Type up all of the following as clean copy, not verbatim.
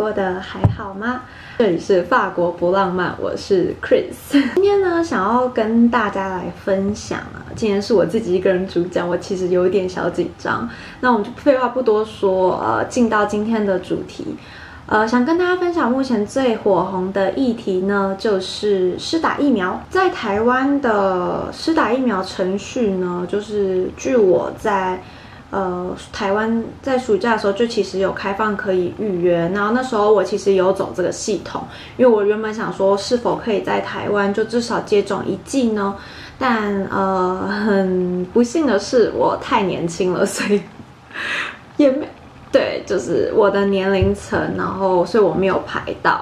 过得还好吗？这里是法国不浪漫，我是 Chris。今天呢，想要跟大家来分享今天是我自己一个人主讲，我其实有一点小紧张。那我们就废话不多说，进到今天的主题。想跟大家分享目前最火红的议题呢，就是施打疫苗。在台湾的施打疫苗程序呢，就是据我在台湾在暑假的时候就其实有开放可以预约，然后那时候我其实有走这个系统，因为我原本想说是否可以在台湾就至少接种1剂呢，但很不幸的是我太年轻了，所以也没对，就是我的年龄层，然后所以我没有排到。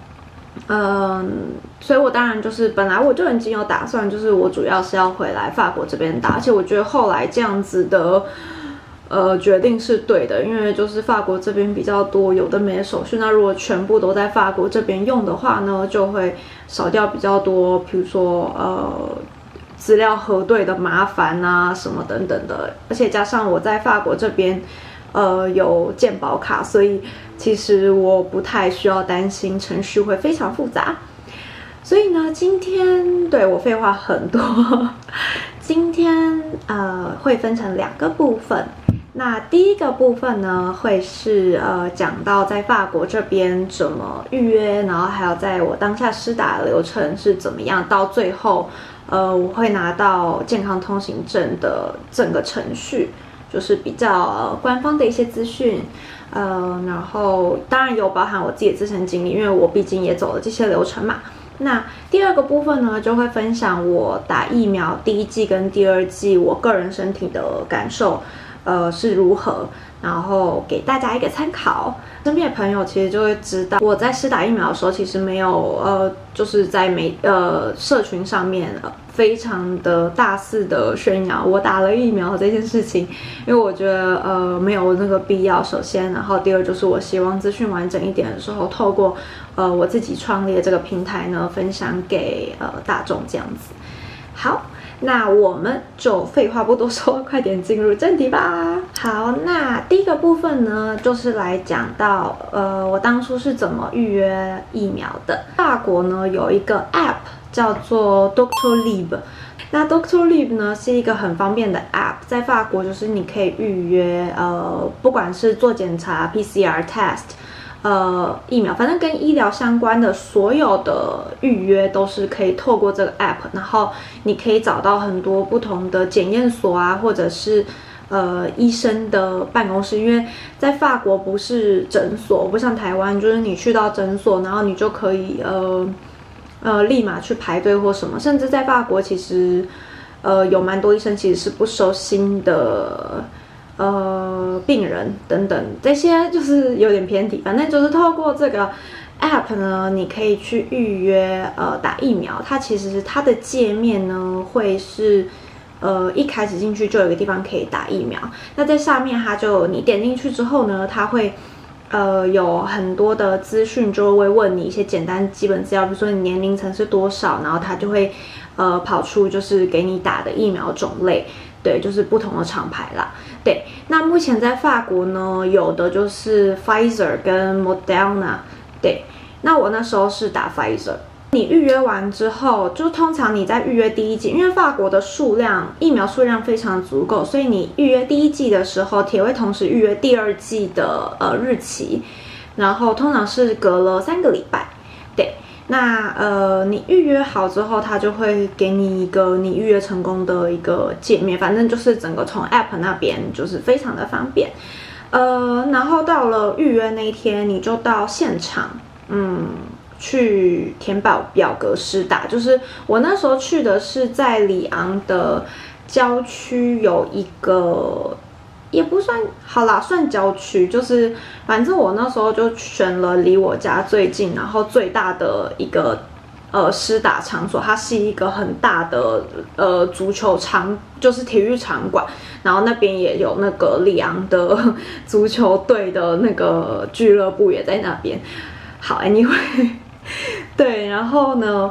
所以我当然就是本来我就已经有打算，就是我主要是要回来法国这边打，而且我觉得后来这样子的决定是对的，因为就是法国这边比较多有的没的手续，那如果全部都在法国这边用的话呢，就会少掉比较多，比如说资料核对的麻烦啊什么等等的，而且加上我在法国这边有健保卡，所以其实我不太需要担心程序会非常复杂。所以呢，今天对我废话很多，今天会分成2个部分。那第一个部分呢，会是讲到在法国这边怎么预约，然后还有在我当下施打的流程是怎么样，到最后我会拿到健康通行证的整个程序，就是比较官方的一些资讯，然后当然有包含我自己的自身经历，因为我毕竟也走了这些流程嘛。那第2个部分呢，就会分享我打疫苗第1剂跟第2剂我个人身体的感受，是如何，然后给大家一个参考。身边的朋友其实就会知道，我在施打疫苗的时候，其实没有就是在社群上面非常的大肆的宣扬我打了疫苗这件事情，因为我觉得没有那个必要。首先，然后第2就是我希望资讯完整一点的时候，透过我自己创立的这个平台呢，分享给大众这样子。好。那我们就废话不多说，快点进入正题吧。好，那第1个部分呢，就是来讲到我当初是怎么预约疫苗的。法国呢有一个 App 叫做 Doctolib。那 Doctolib 呢是一个很方便的 App， 在法国就是你可以预约不管是做检查 PCR test。疫苗，反正跟医疗相关的所有的预约都是可以透过这个 app， 然后你可以找到很多不同的检验所啊，或者是医生的办公室，因为在法国不是诊所，不像台湾，就是你去到诊所，然后你就可以立马去排队或什么，甚至在法国其实有蛮多医生其实是不收新的。病人等等，这些就是有点偏题。反正就是透过这个 app 呢，你可以去预约打疫苗。它其实它的界面呢，会是一开始进去就有一个地方可以打疫苗。那在上面，你点进去之后呢，它会有很多的资讯，就会问你一些简单基本资料，比如说你年龄层是多少，然后它就会跑出就是给你打的疫苗种类。对，就是不同的厂牌啦。对，那目前在法国呢，有的就是 Pfizer 跟 Moderna。对，那我那时候是打 Pfizer。你预约完之后，就通常你在预约第1剂，因为法国的疫苗数量非常足够，所以你预约第1剂的时候，也会同时预约第2剂的日期，然后通常是隔了3个礼拜。对。那你预约好之后，它就会给你一个你预约成功的一个界面，反正就是整个从 App 那边就是非常的方便。然后到了预约那一天，你就到现场，去填表格施打。就是我那时候去的是在里昂的郊区有一个。也不算好啦，算郊区，就是反正我那时候就选了离我家最近，然后最大的一个施打场所，它是一个很大的足球场，就是体育场馆，然后那边也有那个里昂的足球队的那个俱乐部也在那边。好 ，anyway， 对，然后呢，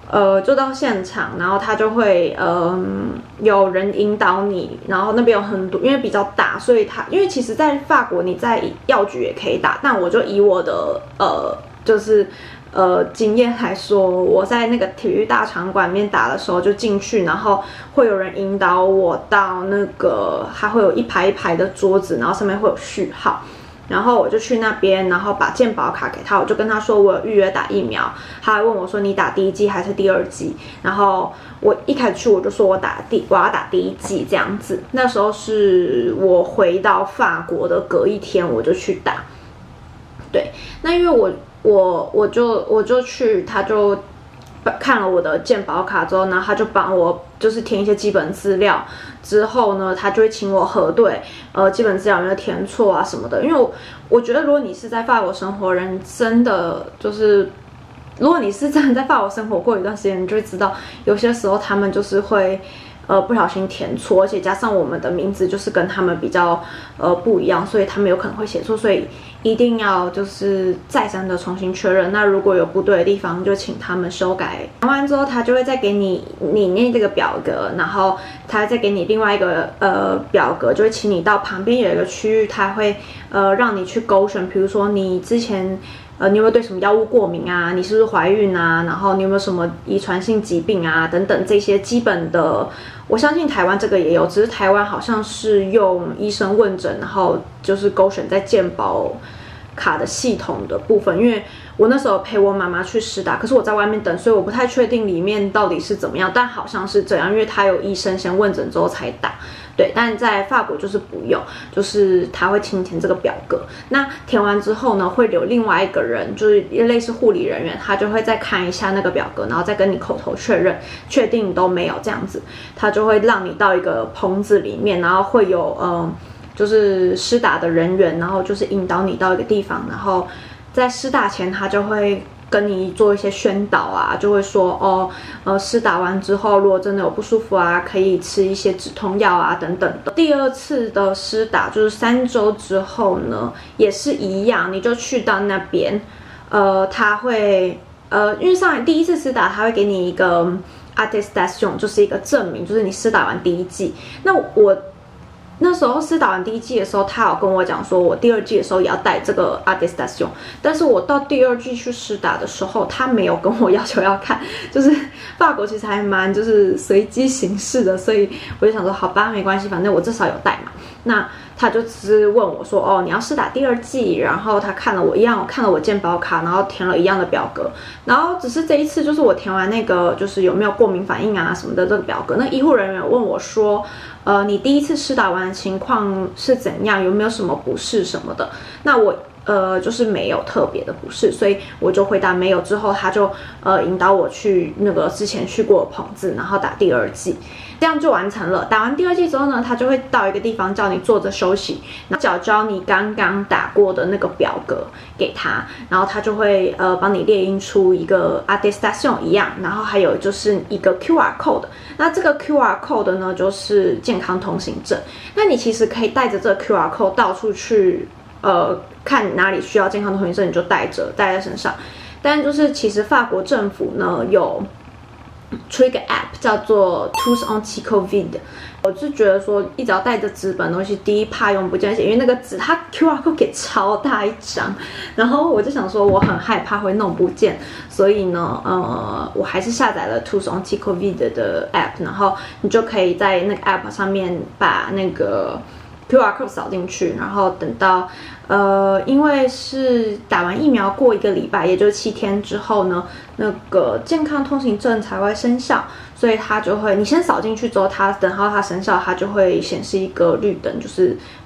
就到现场，然后他就会有人引导你，然后那边有很多，因为比较大，所以因为其实，在法国你在药局也可以打，但我就以我的就是经验来说，我在那个体育大场馆里面打的时候就进去，然后会有人引导我到那个，还会有一排一排的桌子，然后上面会有序号。然后我就去那边，然后把健保卡给他，我就跟他说我有预约打疫苗，他还问我说你打第1剂还是第2剂，然后我一开始去我就说我要打第1剂这样子。那时候是我回到法国的隔一天我就去打，对，那因为我就去，他就看了我的健保卡之后呢，他就帮我就是填一些基本资料，之后呢，他就会请我核对，基本资料有没有填错啊什么的。因为我觉得，如果你是在法国生活人，真的就是，如果你是真的在法国生活过一段时间，你就会知道，有些时候他们就是会。不小心填错，而且加上我们的名字就是跟他们比较不一样，所以他们有可能会写错，所以一定要就是再三的重新确认。那如果有不对的地方，就请他们修改。填完之后，他就会再给你念这个表格，然后他再给你另外一个表格，就会请你到旁边有一个区域，他会让你去勾选，比如说你之前。你有没有对什么药物过敏啊？你是不是怀孕啊？然后你有没有什么遗传性疾病啊？等等这些基本的，我相信台湾这个也有，只是台湾好像是用医生问诊，然后就是勾选在健保卡的系统的部分。因为我那时候陪我妈妈去施打，可是我在外面等，所以我不太确定里面到底是怎么样，但好像是这样，因为他有医生先问诊之后才打。对，但在法国就是不用，就是他会请你填这个表格。那填完之后呢，会有另外一个人，就是类似护理人员，他就会再看一下那个表格，然后再跟你口头确认，确定都没有这样子，他就会让你到一个棚子里面，然后会有就是施打的人员，然后就是引导你到一个地方，然后在施打前他就会。跟你做一些宣导啊，就会说施打完之后，如果真的有不舒服啊，可以吃一些止痛药啊等等的。第2次的施打就是3周之后呢，也是一样，你就去到那边，他会因为第1次施打，他会给你一个 attestation， 就是一个证明，就是你施打完第1剂。那我。那时候施打完第1剂的时候，他有跟我讲说，我第2剂的时候也要带这个 attestation， 但是我到第2剂去施打的时候，他没有跟我要求要看，就是法国其实还蛮就是随机行事的，所以我就想说，好吧，没关系，反正我至少有带嘛。那他就只是问我说，你要施打第2剂，然后他看了我健保卡，然后填了一样的表格，然后只是这一次就是我填完那个就是有没有过敏反应啊什么的这个表格，那医护人员问我说，你第1次施打完的情况是怎样，有没有什么不适什么的？那我就是没有特别的不适，所以我就回答没有。之后他就引导我去那个之前去过的棚子，然后打第2剂。这样就完成了。打完第2剂之后呢，他就会到一个地方叫你坐着休息，然后交你刚刚打过的那个表格给他，然后他就会帮你列印出一个 attestation 一样，然后还有就是一个 QR code。那这个 QR code 呢，就是健康通行证。那你其实可以带着这个 QR code 到处去，看哪里需要健康通行证，你就带在身上。但就是其实法国政府呢有出一个 app 叫做 Tous Anti-Covid， 我是觉得说一直要带着纸本东西，第一怕用不见，因为那个纸它 QR code 给超大一张，然后我就想说我很害怕会弄不见，所以呢，我还是下载了 Tous Anti-Covid 的 app， 然后你就可以在那个 app 上面把那个QR code 扫进去，然后等到因为是打完疫苗过1个礼拜，也就是7天之后呢，那个健康通行证才会生效，所以它就会你先扫进去之后，等到它生效，它就会显示一个绿灯，就是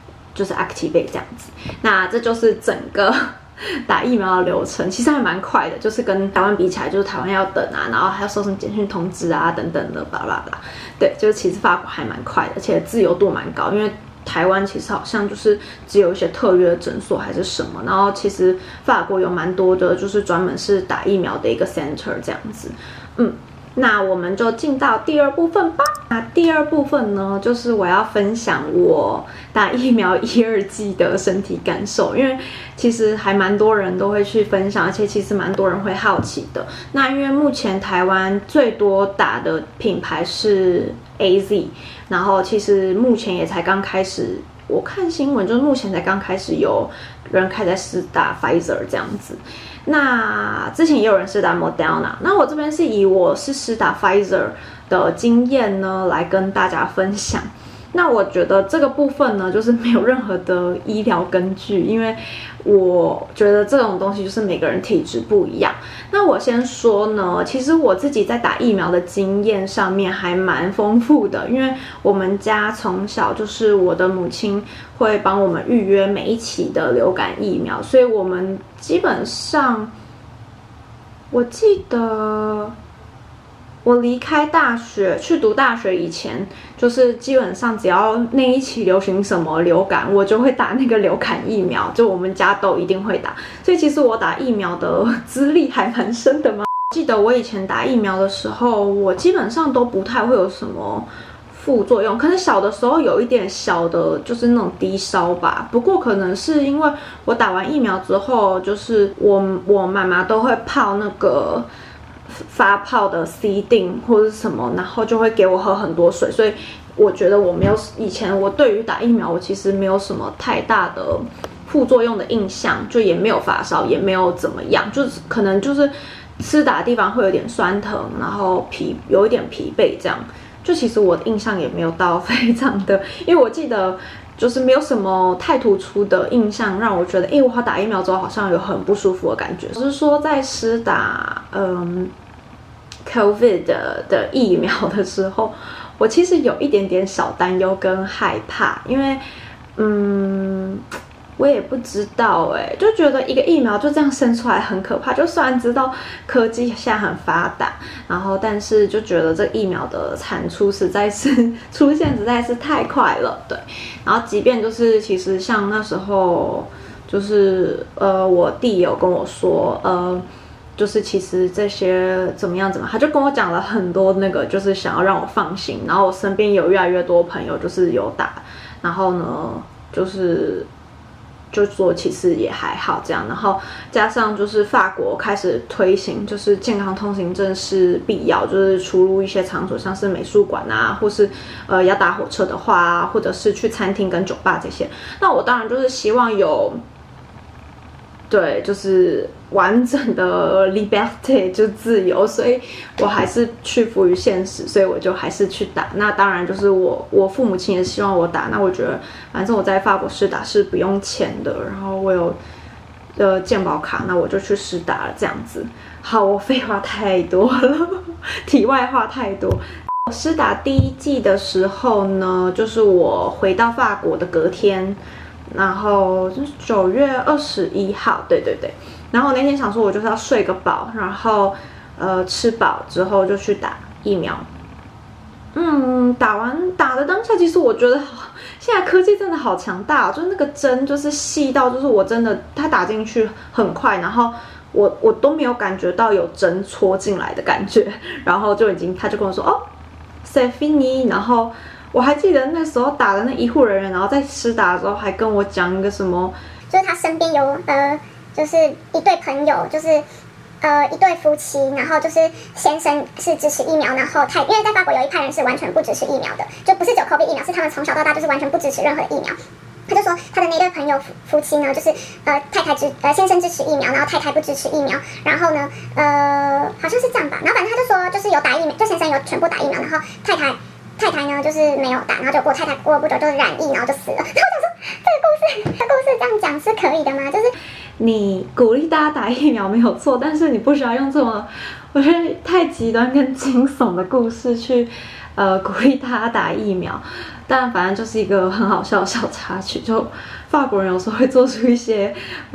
activate 这样子。那这就是整个打疫苗的流程，其实还蛮快的，就是跟台湾比起来，就是台湾要等啊，然后还要收什么简讯通知啊等等的，巴拉巴拉。对，就是其实法国还蛮快的，而且自由度蛮高，因为台湾其实好像就是只有一些特约诊所还是什么，然后其实法国有蛮多的，就是专门是打疫苗的一个 center 这样子。 那我们就进到第二部分吧。那第二部分呢，就是我要分享我打疫苗1、2剂的身体感受，因为其实还蛮多人都会去分享，而且其实蛮多人会好奇的。那因为目前台湾最多打的品牌是 AZ， 然后其实目前也才刚开始，我看新闻就是目前才刚开始有人开始施打 Pfizer 这样子。那之前也有人施打 Moderna， 那我这边是以我是施打 Pfizer 的经验呢来跟大家分享。那我觉得这个部分呢，就是没有任何的医疗根据，因为我觉得这种东西就是每个人体质不一样。那我先说呢，其实我自己在打疫苗的经验上面还蛮丰富的，因为我们家从小就是我的母亲会帮我们预约每一期的流感疫苗，所以我们基本上，我记得我离开大学去读大学以前，就是基本上只要那一期流行什么流感，我就会打那个流感疫苗，就我们家都一定会打。所以其实我打疫苗的资历还蛮深的嘛。记得我以前打疫苗的时候，我基本上都不太会有什么副作用，可能小的时候有一点小的，就是那种低烧吧。不过可能是因为我打完疫苗之后，就是我妈妈都会泡那个发泡的 C 定或者什么，然后就会给我喝很多水，所以我觉得我没有以前我对于打疫苗我其实没有什么太大的副作用的印象，就也没有发烧，也没有怎么样，就是可能就是吃打的地方会有点酸疼，然后有一点疲惫这样。就其实我的印象也没有到非常的，因为我记得就是没有什么太突出的印象让我觉得，我打疫苗之后好像有很不舒服的感觉。只是说在施打COVID 的疫苗的时候，我其实有一点点小担忧跟害怕，因为我也不知道就觉得一个疫苗就这样生出来很可怕。就虽然知道科技现在很发达，然后但是就觉得这疫苗的产出实在是出现实在是太快了，对。然后即便就是其实像那时候就是我弟有跟我说就是其实这些怎么样，他就跟我讲了很多那个，就是想要让我放心。然后我身边有越来越多朋友就是有打，然后呢就说其实也还好这样，然后加上就是法国开始推行就是健康通行证是必要，就是出入一些场所，像是美术馆啊，或是要搭火车的话啊，或者是去餐厅跟酒吧这些。那我当然就是希望有对，就是完整的 liberty 就自由，所以我还是屈服于现实，所以我就还是去打。那当然就是我父母亲也希望我打，那我觉得反正我在法国施打是不用钱的，然后我有健保卡，那我就去施打了这样子。好，我废话太多了，题外话太多。我施打第一剂的时候呢，就是我回到法国的隔天。然后就是9月21号，对。然后我那天想说，我就是要睡个饱，然后吃饱之后就去打疫苗。打的当下，其实我觉得现在科技真的好强大就是那个针就是细到，就是我真的它打进去很快，然后我都没有感觉到有针戳进来的感觉，然后他就跟我说c'est fini， 然后。我还记得那时候打的那医护人员，然后在施打的时候还跟我讲一个什么， 就是他身边有就是一对朋友，就是一对夫妻，然后就是先生是支持疫苗，然后因为在法国有一派人是完全不支持疫苗的，就不是只有 COVID 疫苗，是他们从小到大就是完全不支持任何的疫苗。他就说他的那对朋友夫妻呢，就是先生支持疫苗，然后太太不支持疫苗，然后呢好像是这样吧，然后反正他就说就是有打疫苗，就先生有全部打疫苗，然后太太呢就是没有打，然后就太太过了不久就染疫，然后就死了。然后我想说这个故事这样讲是可以的吗？就是你鼓励大家打疫苗没有错，但是你不需要用这么我觉得太极端跟惊悚的故事去鼓励大家打疫苗。但反正就是一个很好笑的小插曲，就法国人有时候会做出一些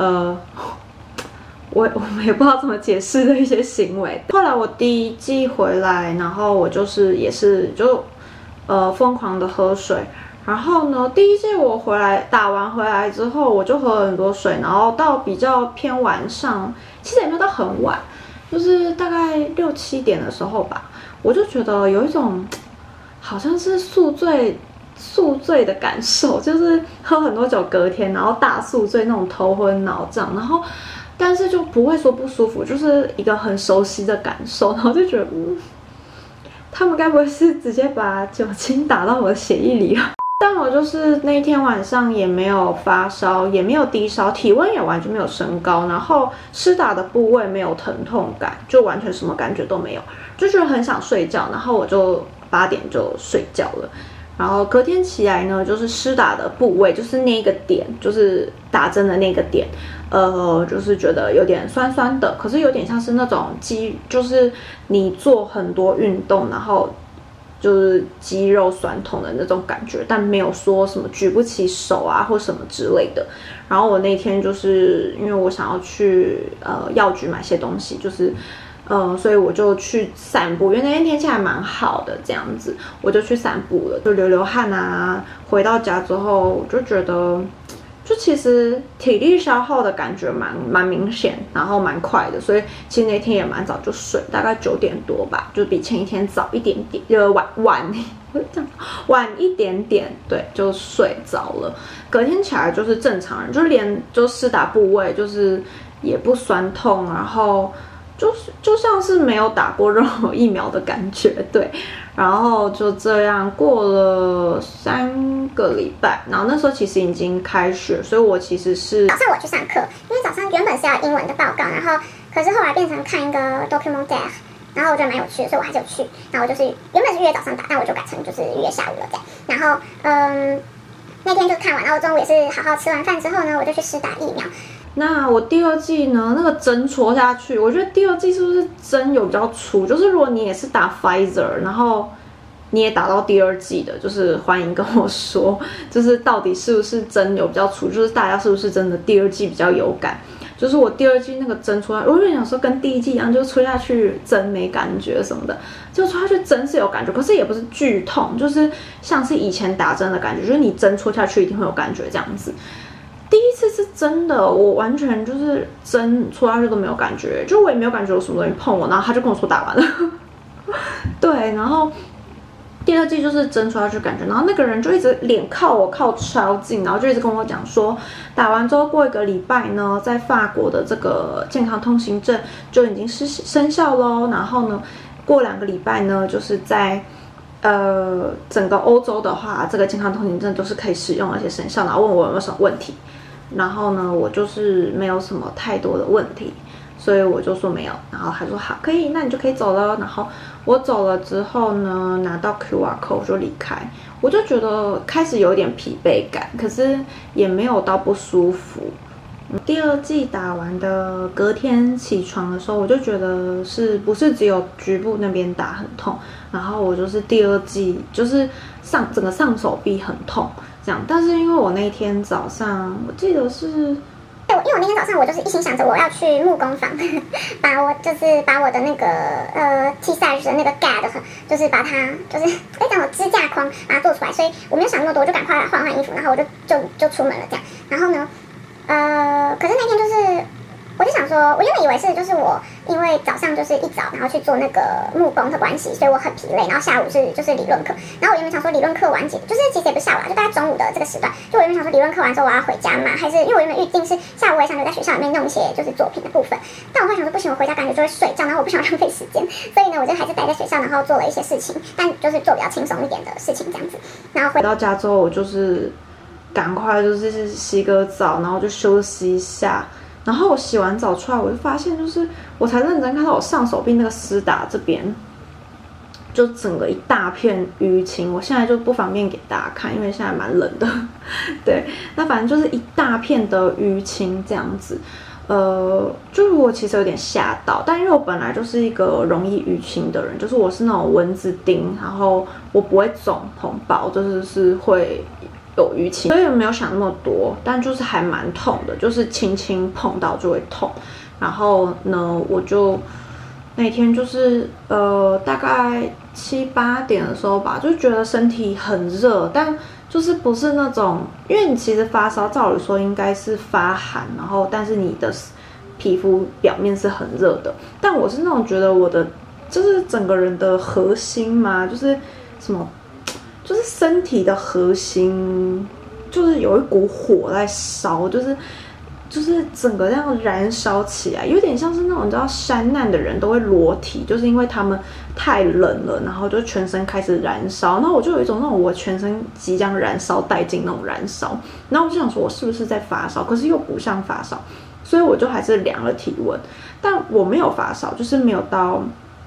我们也不知道怎么解释的一些行为。后来我第一季回来，然后我也是疯狂的喝水。然后呢，第一季我打完回来之后，我就喝了很多水，然后到比较偏晚上，其实也没有到很晚，就是大概6、7点的时候吧， 我就觉得有一种好像是宿醉的感受，就是喝很多酒隔天，然后大宿醉那种头昏脑胀，然后但是就不会说不舒服，就是一个很熟悉的感受，然后就觉得他们该不会是直接把酒精打到我的血液里啊？但我就是那一天晚上也没有发烧，也没有低烧，体温也完全没有升高，然后施打的部位没有疼痛感，就完全什么感觉都没有，就觉得很想睡觉，然后我就8点就睡觉了。然后隔天起来呢，就是施打的部位，就是那个点，就是打针的那个点，就是觉得有点酸酸的，可是有点像是那种就是你做很多运动，然后就是肌肉酸痛的那种感觉，但没有说什么举不起手啊或什么之类的。然后我那天就是因为我想要去药局买些东西，就是所以我就去散步，因为那天天气还蛮好的，这样子我就去散步了，就流汗啊。回到家之后，我就觉得，就其实体力消耗的感觉蛮明显，然后蛮快的，所以其实那天也蛮早就睡，大概9点多吧，就比前一天早一点点，晚一点点，对，就睡着了。隔天起来就是正常人，就连就施打部位就是也不酸痛，然后。就像是没有打过任何疫苗的感觉，对，然后就这样过了3个礼拜，然后那时候其实已经开学，所以我其实是早上我去上课，因为早上原本是要英文的报告，然后可是后来变成看一个 document day， 然后我觉得蛮有趣的，所以我还是有去，然后我就是原本是约早上打，但我就改成就是约下午了这样，然后那天就看完，然后中午也是好好吃完饭之后呢，我就去施打疫苗。 那我第2剂呢，那个针戳下去，我觉得第2剂是不是针有比较粗？就是如果你也是打 Pfizer， 然后你也打到第2剂的，就是欢迎跟我说，就是到底是不是针有比较粗？就是大家是不是真的第2剂比较有感？就是我第2剂那个针戳下去，我有想说跟第1剂一样，就戳下去针没感觉什么的，就戳下去针是有感觉，可是也不是剧痛，就是像是以前打针的感觉，就是你针戳下去一定会有感觉这样子。第一次是真的，我完全就是针戳下去都没有感觉，就我也没有感觉有什么东西碰我，然后他就跟我说打完了，对，然后第2剂就是针戳下去感觉，然后那个人就一直脸靠我靠超近，然后就一直跟我讲说，打完之后过1个礼拜呢，在法国的这个健康通行证就已经生效咯，然后呢过2个礼拜呢，就是在整个欧洲的话，这个健康通行证都是可以使用而且生效，然后问我有没有什么问题。然后呢，我就是没有什么太多的问题，所以我就说没有。然后他说好，可以，那你就可以走了。然后我走了之后呢，拿到 QR code 就离开，我就觉得开始有点疲惫感，可是也没有到不舒服。第2剂打完的隔天起床的时候，我就觉得是不是只有局部那边打很痛，然后我就是第2剂就是整个上手臂很痛这样，但是因为我那天早上我记得是， 对，因为我那天早上我就是一心想着我要去木工坊，把我的那个T-size 的那个 GAD， 就是把它就是讲我支架框把它做出来，所以我没有想那么多，我就赶快换衣服，然后我就出门了这样，然后呢。可是那天就是，我就想说，我原本以为是就是我因为早上就是一早然后去做那个木工的关系，所以我很疲累，然后下午就是理论课，然后我原本想说理论课完结，就是其实也不是下午啦，就大概中午的这个时段，就我原本想说理论课完之后我要回家嘛，还是因为我原本预定是下午我也想留在学校里面弄一些就是作品的部分，但我会想说不行，我回家感觉就会睡觉，然后我不想浪费时间，所以呢我就还是待在学校，然后做了一些事情，但就是做比较轻松一点的事情这样子，然后回到家之后我就是赶快就是洗个澡，然后就休息一下。然后我洗完澡出来，我就发现就是我才认真看到我上手臂那个施打这边，就整个一大片淤青。我现在就不方便给大家看，因为现在蛮冷的。对，那反正就是一大片的淤青这样子。就是我其实有点吓到，但因为我本来就是一个容易淤青的人，就是我是那种蚊子叮，然后我不会肿红包，就是会有淤青，所以没有想那么多，但就是还蛮痛的，就是轻轻碰到就会痛。然后呢，我就那天就是大概7、8点的时候吧，就觉得身体很热，但就是不是那种，因为你其实发烧，照理说应该是发寒，然后但是你的皮肤表面是很热的，但我是那种觉得我的就是整个人的核心嘛，就是什么，就是身体的核心，就是有一股火在烧，就是整个这样燃烧起来，有点像是那种你知道山难的人都会裸体，就是因为他们太冷了，然后就全身开始燃烧。那我就有一种那种我全身即将燃烧殆尽那种燃烧，然后我就想说我是不是在发烧，可是又不像发烧，所以我就还是量了体温，但我没有发烧，就是没有到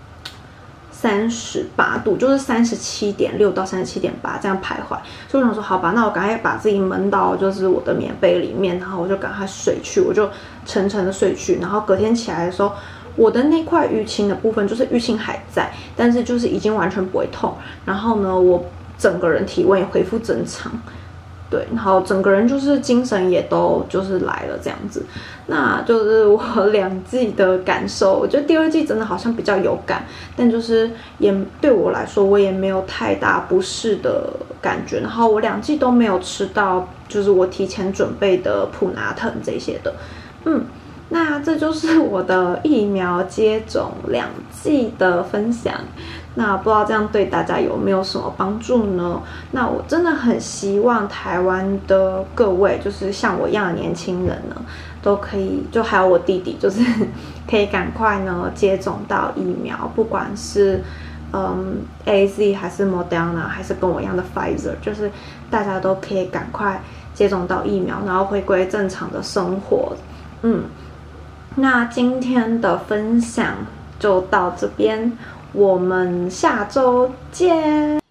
38度，就是37.6到37.8这样徘徊，所以我想说，好吧，那我赶快把自己闷到就是我的棉被里面，然后我就赶快睡去，我就沉沉的睡去，然后隔天起来的时候，我的那块淤青的部分就是淤青还在，但是就是已经完全不会痛，然后呢，我整个人体温也恢复正常。对，然后整个人就是精神也都就是来了这样子，那就是我2季的感受。我觉得第2季真的好像比较有感，但就是也对我来说，我也没有太大不适的感觉。然后我2季都没有吃到，就是我提前准备的普拿疼这些的，那这就是我的疫苗接种2剂的分享。那不知道这样对大家有没有什么帮助呢？那我真的很希望台湾的各位，就是像我一样的年轻人呢，都可以，就还有我弟弟，就是可以赶快呢接种到疫苗，不管是AZ 还是 Moderna 还是跟我一样的 Pfizer， 就是大家都可以赶快接种到疫苗，然后回归正常的生活。那今天的分享就到这边，我们下周见。